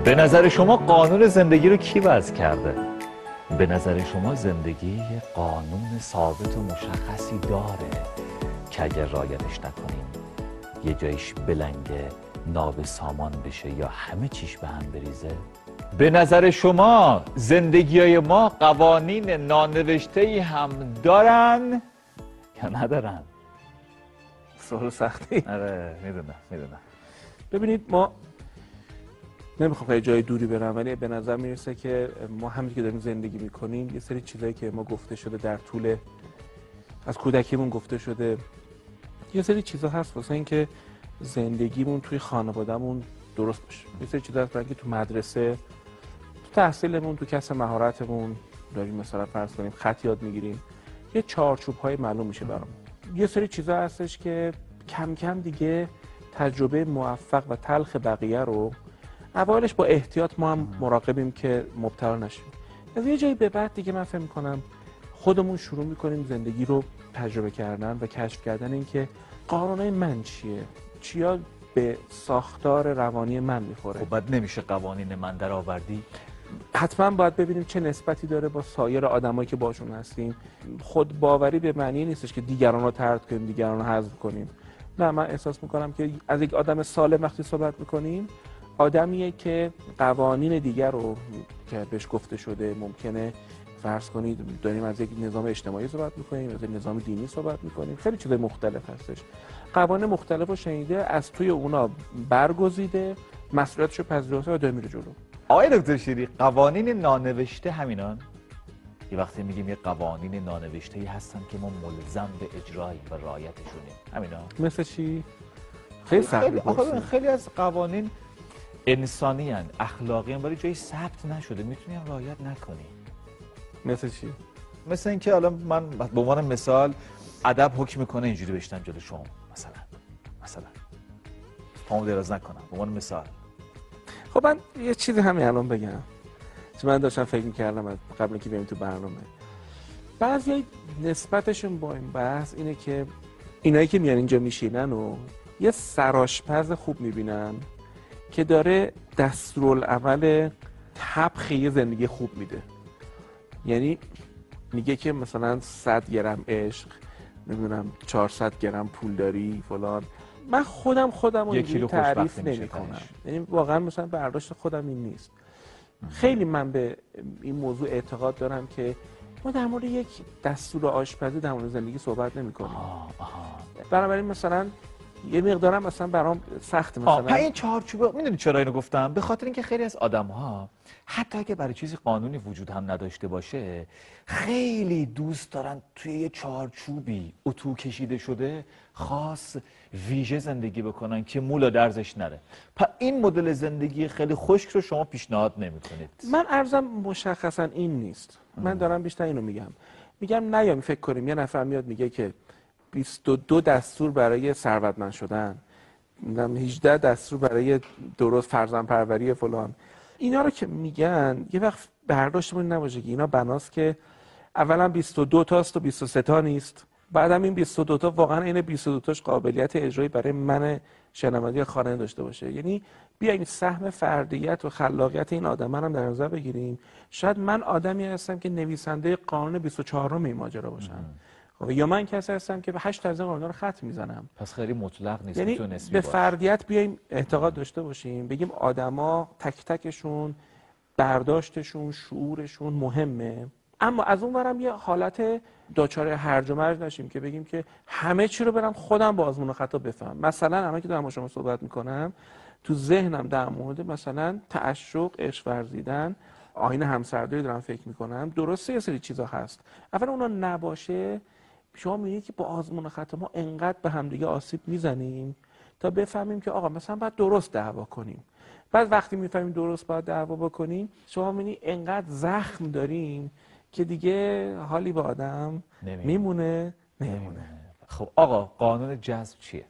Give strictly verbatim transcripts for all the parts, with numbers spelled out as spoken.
به نظر شما قانون زندگی رو کی وضع کرده؟ به نظر شما زندگی یه قانون ثابت و مشخصی داره که اگر رعایتش نکنیم یه جایش بلنگه، ناب سامان بشه یا همه چیش به هم بریزه؟ به نظر شما زندگی‌های ما قوانین نانوشته‌ای هم دارن یا ندارن؟ سوال سختی. آره میدونم میدونم. ببینید ما نمیخوام خیلی جای دوری برم ولی به نظر میرسه که ما همین که داریم زندگی میکنیم یه سری چیزایی که ما گفته شده در طول از کودکیمون گفته شده، یه سری چیزا هست واسه اینکه زندگیمون توی خانوادهمون درست باشه. یه سری چیزا هست برای اینکه تو مدرسه، تو تحصیلمون، تو کسب مهارتمون داریم مثلا فرض کنیم خط یاد میگیریم، یه چارچوب‌های معلوم میشه برامون. یه سری چیزا هستش که کم کم دیگه تجربه موفق و تلخ بقیه رو اولش با احتیاط ما هم مراقبیم که مبتلا نشیم. از یه جایی به بعد دیگه من فهم می‌کنم خودمون شروع می‌کنیم زندگی رو تجربه کردن و کشف کردن این که قانونای من چیه؟ چیا به ساختار روانی من می‌خوره؟ خب بعد نمیشه قوانین من در آوردی؟ حتما باید ببینیم چه نسبتی داره با سایر آدمایی که باشون هستیم. خود باوری به معنی نیستش که دیگران رو طرد کنیم، دیگران رو حذف کنیم. نه، من احساس می‌کنم که از یک آدم سالم وقتی صحبت می‌کنیم، آدمیه که قوانین دیگر رو که بهش گفته شده ممکنه فرض کنید داریم از یک نظام اجتماعی صحبت می‌کنیم، از یک نظام دینی صحبت می‌کنیم، خیلی چیزای مختلف هستش. قوانین مختلف رو شنیده، از توی اونا برگزیده، مسئولیتش رو پذیرفته و داره میره جلو. آقای دکتر شیری، قوانین نانوشته همینان؟ یه وقتی میگیم یه قوانین نانوشته‌ای هستن که ما ملزم به اجرای و رعایتشونیم، همینا؟ مثل چی؟ خیلی خیلی, سخت. خیلی از قوانین انسانی هن، اخلاقی هن، ولی جایی ثبت نشده، میتونی هم رعایت نکنی. مثل چی؟ مثل اینکه الان من به عنوان مثال ادب حکم میکنه اینجوری بشتم جلو شما مثلا مثلا پامو دراز نکنم به عنوان مثال. خب من یه چیزی همین الان بگم چون من داشتم فکر می‌کردم از قبل اینکه بریم تو برنامه. بعضی نسبتشون با این بحث اینه که اینایی که میان اینجا میشینن و یه سرآشپز خوب میبینن که داره دستورالعمل طبخ یه زندگی خوب میده. یعنی میگه که مثلا صد گرم عشق، نمیدونم چهارصد گرم پولداری فلان. من خودم خودم رو اینجوری تعریف نمی‌کنم. یعنی واقعا مثلا برداشت خودم این نیست. خیلی من به این موضوع اعتقاد دارم که ما در مورد یک دستور آشپزی در مورد زندگی صحبت نمی‌کنیم. بنابراین مثلا یه مقدارم مثلا برام سخت مثلا. آه این چهارچوب میدونی چرا اینو گفتم؟ به خاطر اینکه خیلی از آدم‌ها حتی اگه برای چیزی قانونی وجود هم نداشته باشه خیلی دوست دارن توی یه چهارچوبی اتو کشیده شده خاص ویژه زندگی بکنن که مولا درزش نره. پس این مدل زندگی خیلی خشک رو شما پیشنهاد نمی‌کنید. من عرضم مشخصا این نیست. من دارم بیشتر اینو میگم. میگم نیام فکر کنیم یه نفر میاد میگه که بیست و دو دستور برای ثروتمند شدن، هجده دستور برای درست فرزند پروری فلان. اینا رو که میگن یه وقت برداشتمون نباشه که اینا بناست که اولا بیست و دو تاست و بیست و سه تا نیست، بعدم این بیست و دو تا واقعا این بیست و دو تاش قابلیت اجرایی برای من شنونده خانه داشته باشه. یعنی بیایم سهم فردیت و خلاقیت این آدم هم در نظر بگیریم. شاید من آدمی هستم که نویسنده قانون بیست و چهارم این ماجرا باشم، یا من کسی هستم که به هشت از این قانونا رو خط میزنم. پس خیلی مطلق نیست. یعنی به فردیت بیایم اعتقاد داشته باشیم، بگیم آدما تک تکشون برداشتشون شعورشون مهمه، اما از اون ورم یه حالت دچار هرج و مرج نشیم که بگیم که همه چی رو برم خودم با آزمون و خطا بفهم. مثلا همه که دارم با شما صحبت میکنم تو ذهنم در مورد مثلا تعشق، عشق ورزیدن، آیین همسرداری دارم فکر میکنم. درسته یه سری چیزا هست، اولا اونا نباشه شما میگید که با آزمون و خطا ما انقدر به همدیگه آسیب میزنیم تا بفهمیم که آقا مثلا باید درست دعوا کنیم. بعد وقتی میفهمیم درست باید دعوا بکنیم شما میبینی انقدر زخم داریم که دیگه حالی به آدم نمیم. میمونه نمیمونه. خب آقا قانون جذب چیه؟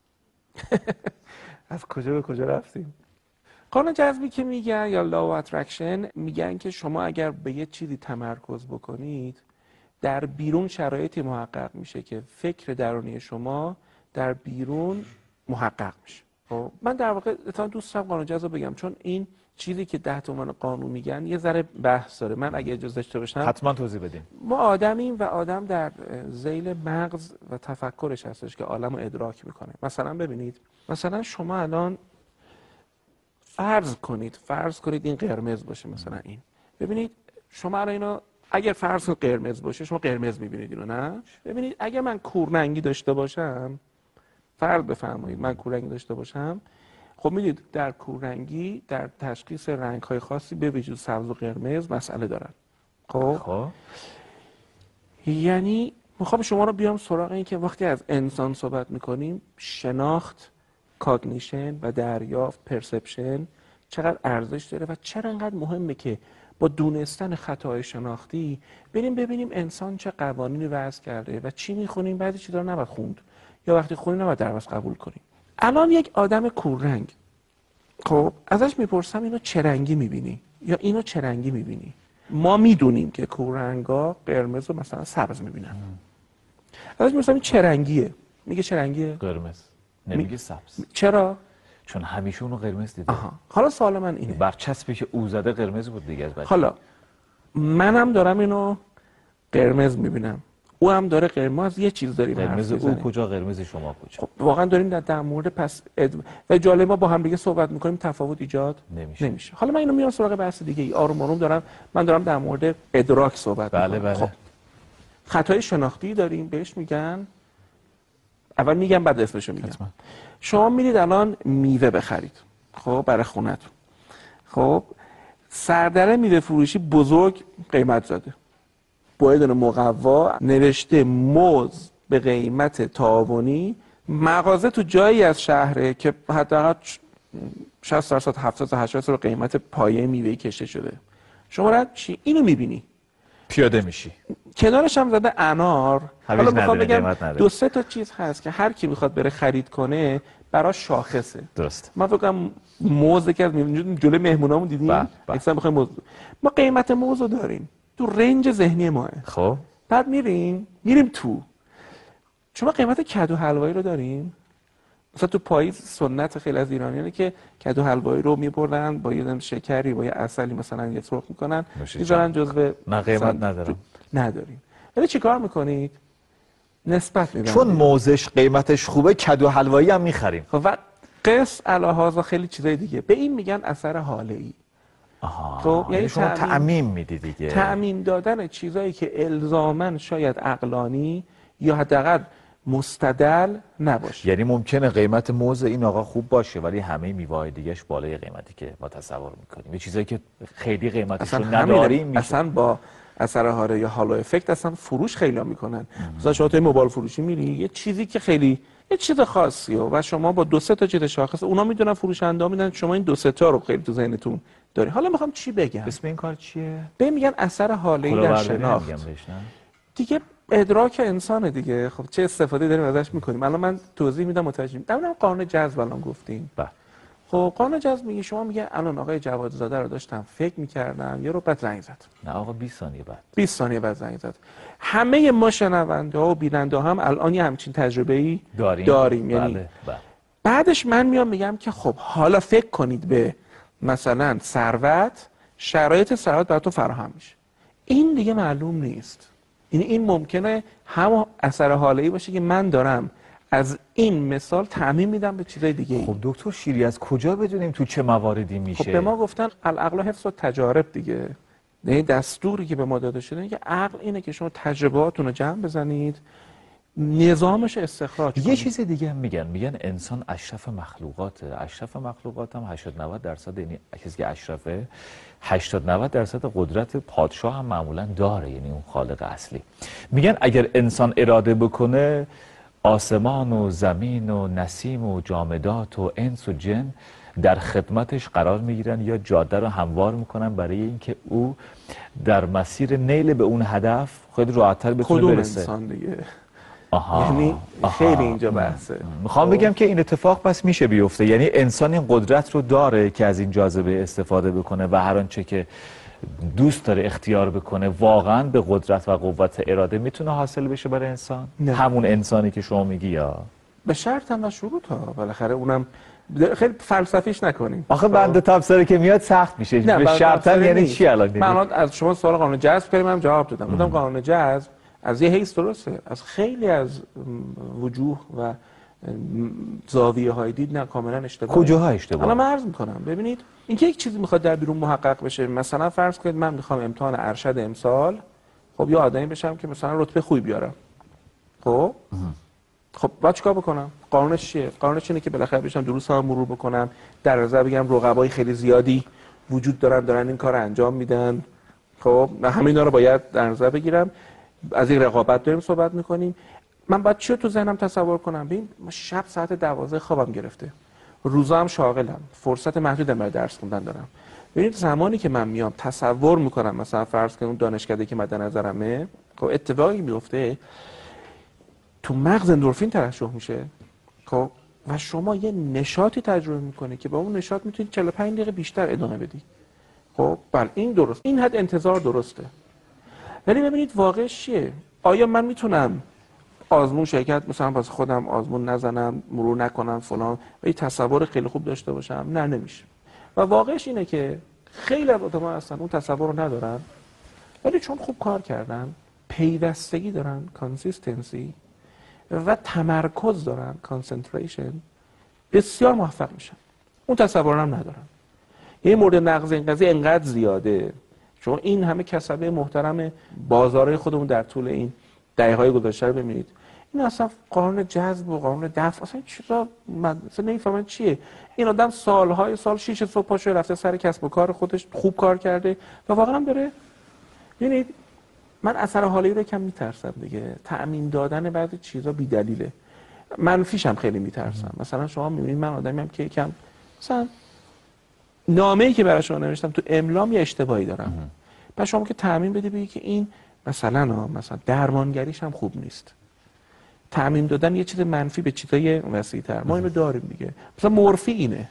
از کجا به کجا رفتیم؟ قانون جذبی که میگن یا law of attraction میگن که شما اگر به یه چیزی تمرکز بکنید در بیرون شرایطی محقق میشه که فکر درونی شما در بیرون محقق میشه. خب من در واقع اتفاقا دوست دارم قانون جذب بگم چون این چیزی که ده تومن قانون میگن یه ذره بحث داره. من اگه اجازه داشته باشم حتما توضیح بدین. ما آدمیم و آدم در ذیل مغز و تفکرش هستش که عالم رو ادراک میکنه. مثلا ببینید، مثلا شما الان فرض کنید فرض کنید این قرمز باشه، مثلا این، ببینید شما الان اینو اگر فرض کنید قرمز باشه، شما قرمز میبینید اینو، نه؟ ببینید اگر من کورنگی داشته باشم، فرض بفرمایید من کورنگی داشته باشم، خب میدید در کورنگی در تشخیص رنگ‌های خاصی به وجود سبز و قرمز مسئله دارن. خب خب یعنی میخوام شما رو بیام سراغ این که وقتی از انسان صحبت میکنیم، شناخت، کاگنیشن و دریافت، پرسپشن چقدر ارزش داره و چرا انقدر مهمه که با دونستن خطاهای شناختی بریم ببینیم انسان چه قوانینی وضع کرده و چی میخونیم، بعضی چیزا رو نباید خوند یا وقتی خونیم نباید درواز قبول کنیم. الان یک آدم کوررنگ، خب ازش میپرسم اینو چه رنگی میبینی یا اینو چه رنگی میبینی؟ ما میدونیم که کوررنگا قرمز و مثلا سبز میبینن. ازش میپرسم این چه رنگیه؟ میگه چه رنگیه؟ قرمز. نمیگه سبز. چرا؟ چون همیشه اونو قرمز دیده. آها. حالا سوال من اینه، برچسبی که او زده قرمز بود دیگه از بچگی. حالا منم دارم اینو قرمز میبینم، او هم داره قرمز، یه چیز داریم قرمز او کجا، قرمز شما کجا؟ خب واقعا داریم در, در مورد پس اد... و جالب ما با هم دیگه صحبت میکنیم، تفاوت ایجاد نمیشه. نمیشه. حالا من اینو میام سراغ بحث دیگه ای، آروم آروم دارم من دارم در مورد ادراک صحبت بله میکنم. بله. خب خطای شناختی داریم، بهش میگن، اول میگم بعد اسمشو میگم. حتما. شما میرید الان میوه بخرید، خب برای خونتون، خب سردره میوه فروشی بزرگ قیمت زده، با یه دونه مقوا نوشته موز به قیمت تعاونی. مغازه تو جایی از شهره که حداقل شصت درصد هفتاد تا هشتاد درصد قیمت پایه میوه کشته شده. شما رد چی اینو میبینی، پیاده میشی، کنارش هم زده انار. حالا میخوام بگم دو سه تا چیز هست که هر کی میخواد بره خرید کنه براش شاخصه. درست. من فکر کنم موز که از جلوی مهمونامون دیدیم، اکثر میخوایم موز، ما قیمت موز رو داریم تو رنج ذهنی ماه. خب بعد میریم میریم تو، شما قیمت کدو حلوایی رو داریم. مثلا تو پاییز سنت خیلی از ایرانیانه که کدو حلوایی رو میبردن با یه شکری با یه عسلی مثلا یه سرخ میکنن میذارن جزو. نه قیمت ندارم. نداریم. ولی چیکار میکنید؟ نسبت میبندید. چون موزش قیمتش خوبه کدو حلوایی هم میخریم. خب و قص الهازا خیلی چیزای دیگه، به این میگن اثر حاله‌ای. آها. خب یعنی شما تعمیم میدی دیگه. تعمیم دادن چیزایی که الزاماً شاید عقلانی یا حداقل مستدل نباشه. یعنی ممکنه قیمت موز این آقا خوب باشه ولی همه میوه‌های دیگه‌اش بالای قیمتی که ما تصور میکنیم. یه چیزایی که خیلی قیمتش رو نداریم میشه. اصلا با اثر حاله یا هالو افکت اصلا فروش خیلی میکنن. مثلا شما توی موبایل فروشی میری یه چیزی که خیلی یه چیز خاصیه و شما با دو سه تا چیز شاخص اونا میدونن، فروشنده میدونن، شما این دو سه تا رو خیلی تو ذهنتون داری. حالا میخوام چی بگم؟ اسم این کار چیه؟ به میگن اثر حاله‌ای در شناخت. دیگه ادراک انسانه دیگه. خب چه استفاده داریم ازش میکنیم؟ الان من توضیح میدم متوجه میشید. در قانون جذب الان گفتیم. بله. خب قانون جذب میگه، شما میگه الان آقای جوادزاده رو داشتم فکر میکردم یه رو بعد زنگ زد. نه آقا بیست ثانیه بعد. بیست ثانیه بعد زنگ زد. همه ما شنونده ها و بیننده هم الان یه همچین تجربه‌ای داریم. داریم. یعنی بله. بله. بعدش من میام میگم که خب حالا فکر کنید به مثلا ثروت، شرایط ثروت براتون فراهم میشه. این دیگه معلوم نیست. یعنی این ممکنه هم اثر حاله‌ای باشه که من دارم از این مثال تعمیم میدم به چیزای دیگه. خب دکتر شیری از کجا بدونیم تو چه مواردی میشه؟ خب به ما گفتن العقل حفظ و تجارب دیگه. یعنی دستوری که به ما داده شده که عقل اینه که شما تجربهاتون رو جمع بزنید، نظامش استخراج کنید. یه چیز دیگه هم میگن، میگن انسان اشرف مخلوقاته. اشرف مخلوقات هم هشتاد نود درصد، یعنی کسی که اشرفه هشتاد نود درصد قدرت پادشاه هم معمولا داره، یعنی اون خالق اصلی. میگن اگر انسان اراده بکنه آسمان و زمین و نسیم و جامدات و انس و جن در خدمتش قرار میگیرن یا جاده رو هموار میکنن برای اینکه او در مسیر نیل به اون هدف خیلی راحت‌تر بتونه برسه. انسان دیگه. آها. یعنی آها. خیلی اینجا بحثه. میخوام بگم که این اتفاق پس میشه بیفته، یعنی انسان این قدرت رو داره که از این جاذبه استفاده بکنه و هر آنچه که دوست داره اختیار بکنه واقعا به قدرت و قوت اراده میتونه حاصل بشه برای انسان؟ نه. همون انسانی که شما میگی یا به شرط هم و شروط ها. بالاخره اونم خیلی فلسفیش نکنیم. آخه بنده تبصره که میاد سخت میشه. به شرطن یعنی چی الان؟ من از شما سوال قانون جذب کردم، من جواب دادم. گفتم قانون جذب از یه حیث درسته، از خیلی از وجوه و زاویه های دید نه کاملا اشتباهه. کجاها اشتباهه؟ الان من عرض میکنم. ببینید اینکه یک چیزی میخواد در بیرون محقق بشه، مثلا فرض کنید من میخوام امتحان ارشد امسال خب یه آدمی بشم که مثلا رتبه خوبی بیارم. خب خب باید چیکار بکنم؟ قانونش چیه؟ قانونش اینه که بالاخره بشم دروس ها مرور بکنم، در نظر بگم رقبای خیلی زیادی وجود دارن دارن این کار انجام میدن. خب من همه اینا رو باید در نظر بگیرم. از این رقابت داریم صحبت میکنیم. من باید چی رو تو ذهنم تصور کنم؟ ببین ما شب ساعت دوازده خوابم گرفته، روزا هم شاغلم، فرصت محدودی برای درس خوندن دارم. ببینید زمانی که من میام تصور میکنم مثلا فرض کنید اون دانشکده که مد نظرمه، خب اتفاقی میفته تو مغز اندورفین ترشح میشه. خب و شما یه نشاطی تجربه میکنه که با اون نشاط میتونید چهل و پنج دقیقه بیشتر ادامه بدی. خب بله این درست، این حد انتظار درسته. ولی ببینید واقعش چیه؟ آیا من میتونم آزمون شرکت مثلا واسه خودم آزمون نزنم، مرور نکنم فلان و یه تصور خیلی خوب داشته باشم؟ نه نمیشه. و واقعش اینه که خیلی از آدم‌ها هستن اون تصور رو ندارن، ولی چون خوب کار کردن، پیوستگی دارن، کانسیستنسی و تمرکز دارن، کانسنتریشن، بسیار موفق میشن. اون تصور هم ندارن. یه مورد نقض این قضیه انقدر زیاده، چون این همه کسبه محترم بازارهای خودمون در طول این دهه‌های گذشته رو ببینید، این اصلا قانون جذب و قانون دفع اصلا چیزا من اصلا نمیفهمم چیه. این آدم سالهای سال شیش صبح پاشو رفته سر کسب و کار خودش، خوب کار کرده و واقعا هم داره. ببینید من اثر حالی رو کم میترسم دیگه. تأمین دادن بعضی چیزا بی دلیله. منفیش هم خیلی میترسم. مثلا شما میبینید من آدمیم که یکم مثلا نامه‌ای که برای شما نوشتم تو املام یه اشتباهی دارم. بعد شما که تأمین بدی بگی که این مثلا مثلا درمانگریش هم خوب نیست. تأمین دادن یه چیز منفی به چیزای وسیع‌تر. ما اینو داریم دیگه. مثلا مورفینه.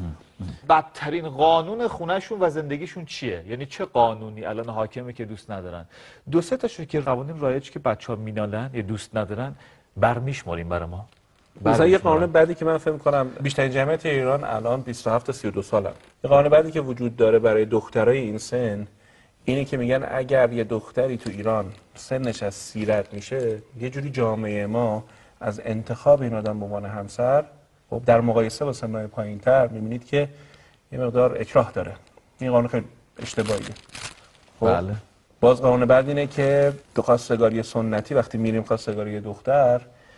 بدترین قانون خونهشون و زندگیشون چیه؟ یعنی چه قانونی الان حاکمه که دوست ندارن؟ دو سه تاشو که قوانین رایج که بچه‌ها مینالن یا دوست ندارن برمیشماریم برای ما. مثلا یه قانون بعدی که من فکر می‌کنم بیشترین جمعیت ایران الان بیست و هفت تا سی و دو سالن. یه قانون بعدی که وجود داره برای دخترای این سن اینی که میگن اگر یه دختری تو ایران سنش از سی رد میشه، یه جوری جامعه ما از انتخاب این آدم به عنوان همسر خب در مقایسه با سن‌های پایین‌تر می‌بینید که یه مقدار اکراه داره. این قانون خیلی اشتباهیه. خب بله. باز قانون بعد اینه که تو خواستگاری سنتی وقتی میریم خواستگاری دختر،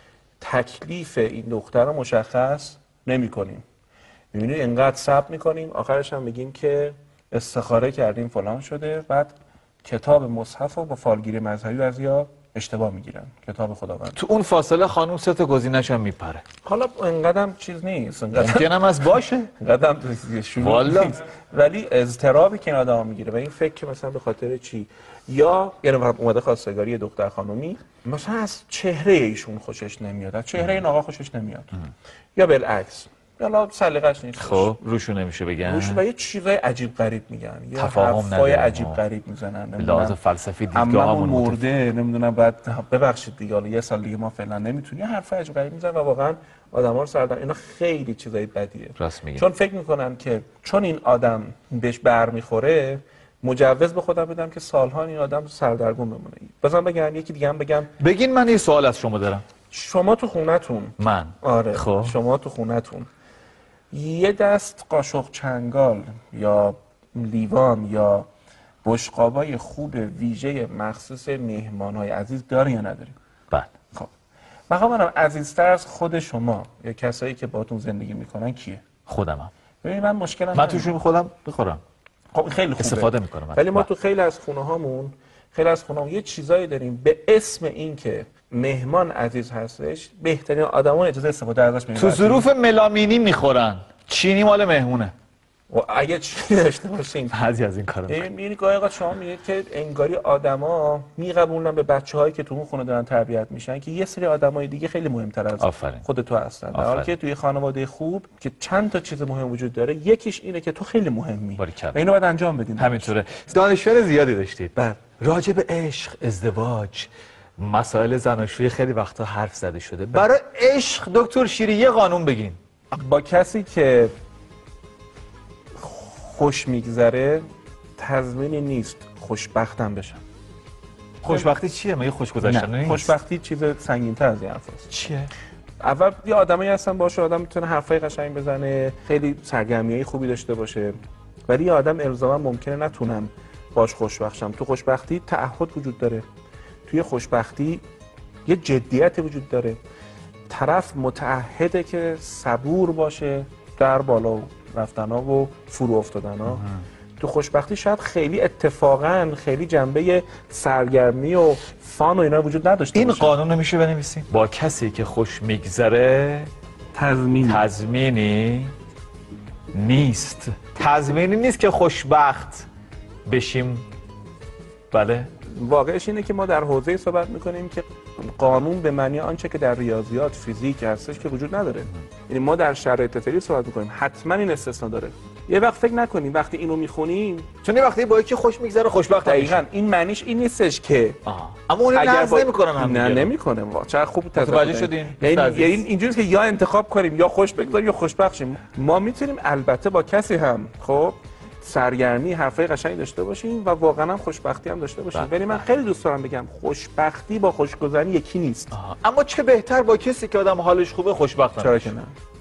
تکلیف این دختر رو مشخص نمی‌کنیم. می‌بینید اینقدر صبر می‌کنیم، آخرش هم میگیم که استخاره کردیم فلان شده، بعد کتاب مصحف رو با فالگیری مذهبی بعضیا اشتباه میگیرن، کتاب خداوند. تو اون فاصله خانم سه تا گزینه‌ش هم میپره. حالا اینقدرم چیز نیست، ممکنم از باشه، اینقدرم شروع نیست، ولی اضطرابی که این آدم میگیره و این فکر که مثلا به خاطر چی، یا یعنی اومده خواستگاری دختر خانومی مثلا از چهره ایشون خوشش نمیاد، از چهره این آقا خوشش نمیاد، یا بالعکس حالا سلیقه‌اش نیست. خب روشو نمیشه بگن. روش و یه چیزای عجیب غریب میگن. یا تفاهم حرفای عجیب غریب میزنن. لحاظ فلسفی دیدگاهمون مرده، نمیدونم بعد ببخشید دیگه حالا یه سال دیگه ما فعلا نمیتونیم. حرفای عجیب غریب میزنن و واقعا آدما رو سردرگم. اینا خیلی چیزای بدیه. راست میگی. چون فکر میکنن که چون این آدم بهش برمیخوره مجوز به خودم بدم که سالها این آدم سردرگم بمونه. بازم بگم یکی دیگه هم بگم. بگین من یه سوال از شما دارم. شما تو خونتون من آره خب شما تو خونتون یه دست قاشق چنگال یا لیوان یا بشقابای خوب ویژه مخصوص مهمان‌های عزیز داری یا نداری؟ بله. خب بخوام منم عزیزتر از خود شما یا کسایی که باهاتون زندگی میکنن کیه؟ خودمم. ببین من مشکلم من توشون خودم بخورم. خب خیلی خوبه. استفاده میکنم. ولی ما تو خیلی از خونه‌هامون خیلی از خونه‌هامون یه چیزایی داریم به اسم این که مهمان عزیز هستش، بهترین آدمان اجازه استفاده ازش میدن. تو ظروف ملامینی میخورن. چینی مال مهمونه. و اگه چی داشته باشین بعضی از این کارا می‌بینید. این گاهی شما می‌بینید که انگاری آدما میقبولن به بچه‌هایی که تو اون خونه دارن تربیت میشن که یه سری آدمای دیگه خیلی مهمتر از آفرین. خود تو هستن. در حالی که توی خانواده خوب که چند تا چیز مهم وجود داره، یکیش اینه که تو خیلی مهمی و اینو باید انجام بدین. همینطوره. دانشور زیادی داشتید. بله. راجع به عشق، ازدواج، مسائل زناشویی خیلی وقتا حرف زده شده. برای عشق دکتر شیری یه قانون بگین. با کسی که خوش میگذره تضمینی نیست خوشبختم بشم. خوشبختی چیه؟ مگه خوش گذشتن نیست؟ خوشبختی چیز سنگین‌تر از این حرفاست. چیه؟ اول یه آدمایی هستن باشه آدم میتونه حرفای قشنگ بزنه، خیلی سرگرمیای خوبی داشته باشه، ولی یه آدم الزاما ممکنه نتونم باش خوشبخت شم. تو خوشبختی تعهد وجود داره، توی خوشبختی یه جدیت وجود داره، طرف متعهده که صبور باشه در بالا رفتن‌ها و فرو افتادن‌ها. تو خوشبختی شاید خیلی اتفاقاً خیلی جنبه سرگرمی و فان و اینا وجود نداشته این باشه. قانون رو میشه بنویسیم؟ با کسی که خوش میگذره تضمین تضمینی نیست. تضمینی نیست که خوشبخت بشیم. بله. واقعش اینه که ما در حوزه‌ای صحبت میکنیم که قانون به معنی آنچه که در ریاضیات فیزیک هستش که وجود نداره. یعنی ما در شرایط فعلی صحبت میکنیم، حتما این استثنا داره. یه وقت فکر نکنیم وقتی اینو میخونیم چون یه وقتی با یکی خوش میگذره خوشبخت نمیشه. دقیقاً این معنیش این نیستش که آه. اما اون ناز با... نمیکنن هم نه نمیکنه. واقعا چقدر خوب متوجه شدین؟ یعنی یعنی اینجوریه که یا انتخاب کنیم یا خوش بگذاریم یا خوشبخت شیم. ما میتونیم البته با کسی هم خب سرگرمی حرفای قشنگی داشته باشیم و واقعا هم خوشبختی هم داشته باشیم. ولی من خیلی دوست دارم بگم خوشبختی با خوشگذری یکی نیست. آه. اما چه بهتر با کسی که آدم حالش خوبه خوشبخت چرا که نه؟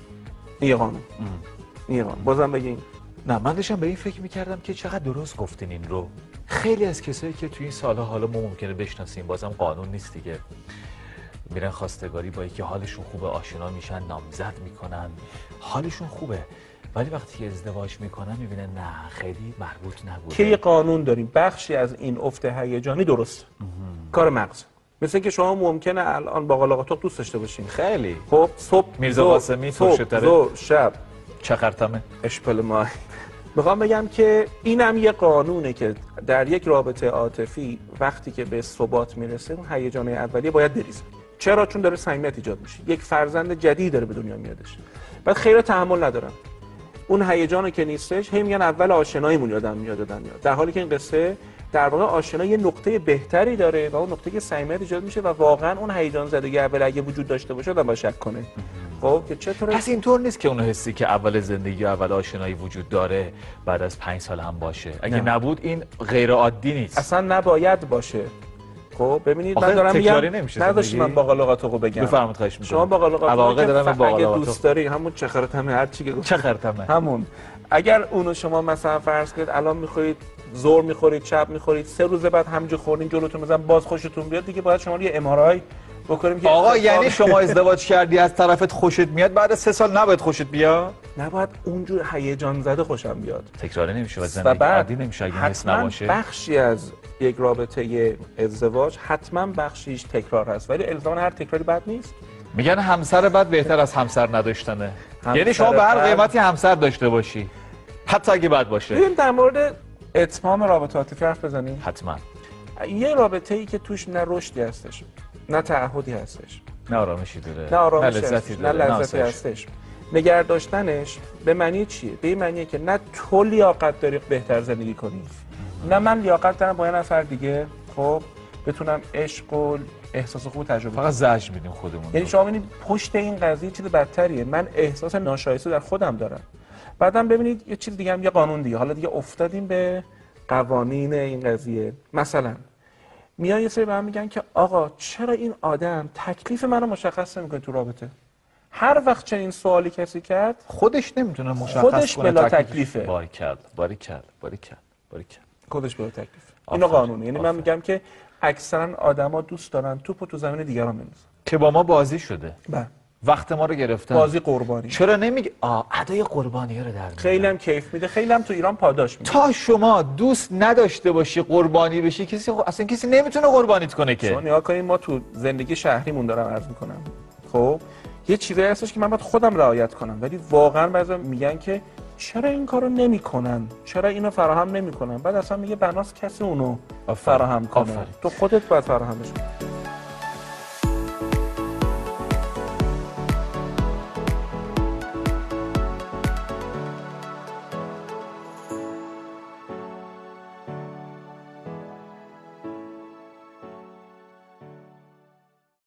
این قانون. این قانون. بازم بگین نه، من داشتم به این فکر میکردم که چقدر درست گفتین این رو. خیلی از کسایی که توی این سالها حالا ما ممکنه بشناسیم، بازم قانون نیست دیگه، میرن خواستگاری با یکی حالشون خوبه، آشنا میشن، نامزد میکنن، حالشون خوبه، ولی وقتی که ازدواج میکنن میبینن نه خیلی مربوط نبوده. که یه قانون داریم، بخشی از این افت هیجانی درست کار مغز. مثل که شما ممکنه الان با قلاقاتوق دوست داشته باشین خیلی خب صبح میرزا قاسمی صبح شب چه خرتمه اشپل ما. میخوام بگم که اینم یه قانونه که در یک رابطه عاطفی وقتی که به ثبات میرسه اون هیجان اولیه باید بریزه. چرا؟ چون داره صمیمیت ایجاد میشه، یک فرزند جدید داره به دنیا میادش. بعد خیلی تحمل ندارم اون هیجانی که نیستش. هی میگن اول آشناییمون یادم میاد یادم میاد، در حالی که این قصه در واقع آشنایی یه نقطه بهتری داره و اون نقطه که صمیمیت ایجاد میشه و واقعا اون هیجان زدگی اول اگه وجود داشته باشه آدم باید شک کنه. خب که چطوره؟ پس اینطور نیست که اون حسی که اول زندگی و اول آشنایی وجود داره بعد از پنج سال هم باشه. اگه نه. نبود این غیر عادی نیست. اصلا نباید باشه. خب ببینید من دارم میگم نداشتم من باقالاقاتوقو بگم. بفرمایید خواهش می‌کنم. شما باقالاقاتوقو که دارم اگه دوست داری همون چه خرتمه هر چی که چه خرتمه همون اگر اونو شما مثلا فرض کنید الان می‌خورید زور می‌خورید شب می‌خورید سه روز بعد همینجوری خوردین جلوتون مثلا باز خوشتون بیاد دیگه باید شما یه ام آر آی بکنیم که آقا یعنی شما ازدواج کردی از طرفت خوشت میاد بعد از سه سال نباید خوشت بیاد؟ نباید اونجور هیجان زده خوشم بیاد. تکراری نمیشه و زندگی عادی نمیشه اگه حس نباشه. بخشی از یک رابطه ازدواج حتما بخشیش تکرار هست ولی الزاما هر تکراری بد نیست. میگن همسر بد بهتر از همسر نداشتنه. یعنی شما به هر قیمتی همسر داشته باشی حتی اگه بد باشه. بریم در مورد اتمام رابطه عاطفی حرف بزنیم. حتما. یه رابطه‌ای که توش نه رشدی هستش، نه تعهدی هستش، نه آرامشی داره، نه آرامشی نه لذتی داره، نه لذتی هستش. نگه داشتنش به معنی چیه؟ به این معنیه که نه تو لیاقت داری بهتر زندگی کنی، نه من لیاقت دارم با یه نفر دیگه خب بتونم عشق و احساس خوب تجربه فقط زجر میدیم خودمون. یعنی شما ببینید پشت این قضیه چیز بدتریه. من احساس ناشایسته در خودم دارم. بعدم ببینید یه چیز دیگه هم یه قانون دیگه. حالا دیگه افتادیم به قوانین این قضیه. مثلا میان یه سری به هم میگن که آقا چرا این آدم تکلیف منو مشخص نمیکنه تو رابطه؟ هر وقت چنین سوالی کسی کرد خودش نمیتونه مشخص خودش کنه بلا تکلیف. تکلیفه. باریکلا باریکلا باریکلا باریکلا خودش بلا تکلیفه. اینو قانونه. یعنی من میگم که اکثرا آدما دوست دارن توپو تو زمین دیگران بندازن که با ما بازی شده. بله. وقت ما رو گرفتن. بازی قربانی. چرا نمیگی آ ادای قربانی رو در خیلی هم کیف میده، خیلی هم تو ایران پاداش میده. تا شما دوست نداشته باشی قربانی بشی کسی خب اصلا کسی نمیتونه قربانیت کنه که. شما نگاه کنید ما تو زندگی شهریمون دارم عرض میکنم. خب یه چیزایی هستش که من باید خودم رعایت کنم ولی واقعا بعضی میگن که چرا این کارو نمیکنن؟ چرا اینو فراهم نمیکنن؟ بعد اصلا میگه بناس کسی اونو فراهم کنه. تو خودت باید فراهمش کنی.